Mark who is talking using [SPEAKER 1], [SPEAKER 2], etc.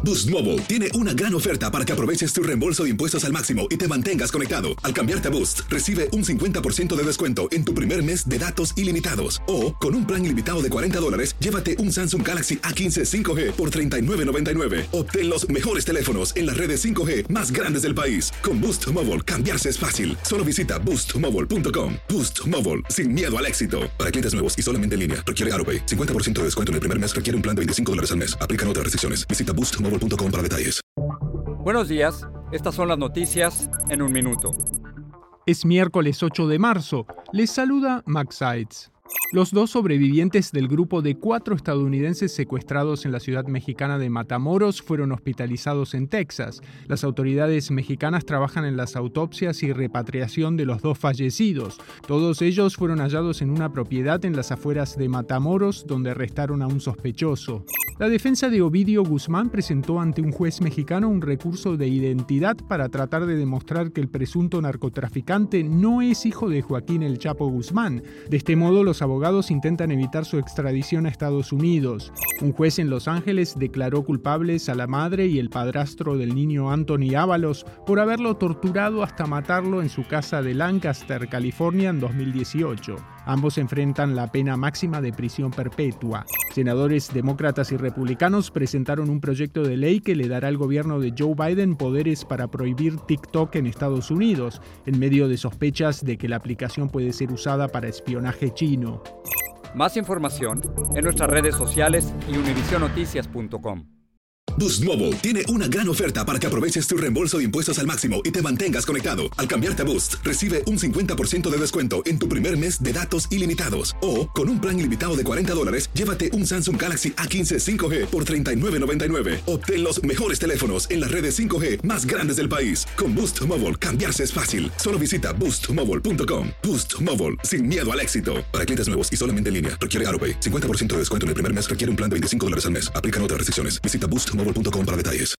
[SPEAKER 1] Boost Mobile tiene una gran oferta para que aproveches tu reembolso de impuestos al máximo y te mantengas conectado. Al cambiarte a Boost, recibe un 50% de descuento en tu primer mes de datos ilimitados. O, con un plan ilimitado de $40, llévate un Samsung Galaxy A15 5G por $39.99. Obtén los mejores teléfonos en las redes 5G más grandes del país. Con Boost Mobile, cambiarse es fácil. Solo visita boostmobile.com. Boost Mobile, sin miedo al éxito. Para clientes nuevos y solamente en línea, requiere AroPay. 50% de descuento en el primer mes requiere un plan de $25 al mes. Aplican otras restricciones. Visita boostmobile.com para detalles.
[SPEAKER 2] Buenos días, estas son las noticias en un minuto.
[SPEAKER 3] Es miércoles 8 de marzo. Les saluda Max Seitz. Los dos sobrevivientes del grupo de 4 estadounidenses secuestrados en la ciudad mexicana de Matamoros fueron hospitalizados en Texas. Las autoridades mexicanas trabajan en las autopsias y repatriación de los 2 fallecidos. Todos ellos fueron hallados en una propiedad en las afueras de Matamoros, donde arrestaron a un sospechoso. La defensa de Ovidio Guzmán presentó ante un juez mexicano un recurso de identidad para tratar de demostrar que el presunto narcotraficante no es hijo de Joaquín El Chapo Guzmán. De este modo, los abogados intentan evitar su extradición a Estados Unidos. Un juez en Los Ángeles declaró culpables a la madre y el padrastro del niño Anthony Ábalos por haberlo torturado hasta matarlo en su casa de Lancaster, California, en 2018. Ambos enfrentan la pena máxima de prisión perpetua. Senadores demócratas y republicanos presentaron un proyecto de ley que le dará al gobierno de Joe Biden poderes para prohibir TikTok en Estados Unidos, en medio de sospechas de que la aplicación puede ser usada para espionaje chino.
[SPEAKER 2] Más información en nuestras redes sociales y univisionoticias.com.
[SPEAKER 1] Boost Mobile tiene una gran oferta para que aproveches tu reembolso de impuestos al máximo y te mantengas conectado. Al cambiarte a Boost, recibe un 50% de descuento en tu primer mes de datos ilimitados. O, con un plan ilimitado de $40, llévate un Samsung Galaxy A15 5G por $39.99. Obtén los mejores teléfonos en las redes 5G más grandes del país. Con Boost Mobile, cambiarse es fácil. Solo visita boostmobile.com. Boost Mobile, sin miedo al éxito. Para clientes nuevos y solamente en línea, requiere AroPay. 50% de descuento en el primer mes requiere un plan de $25 al mes. Aplican otras restricciones. Visita boostmobile.com para detalles.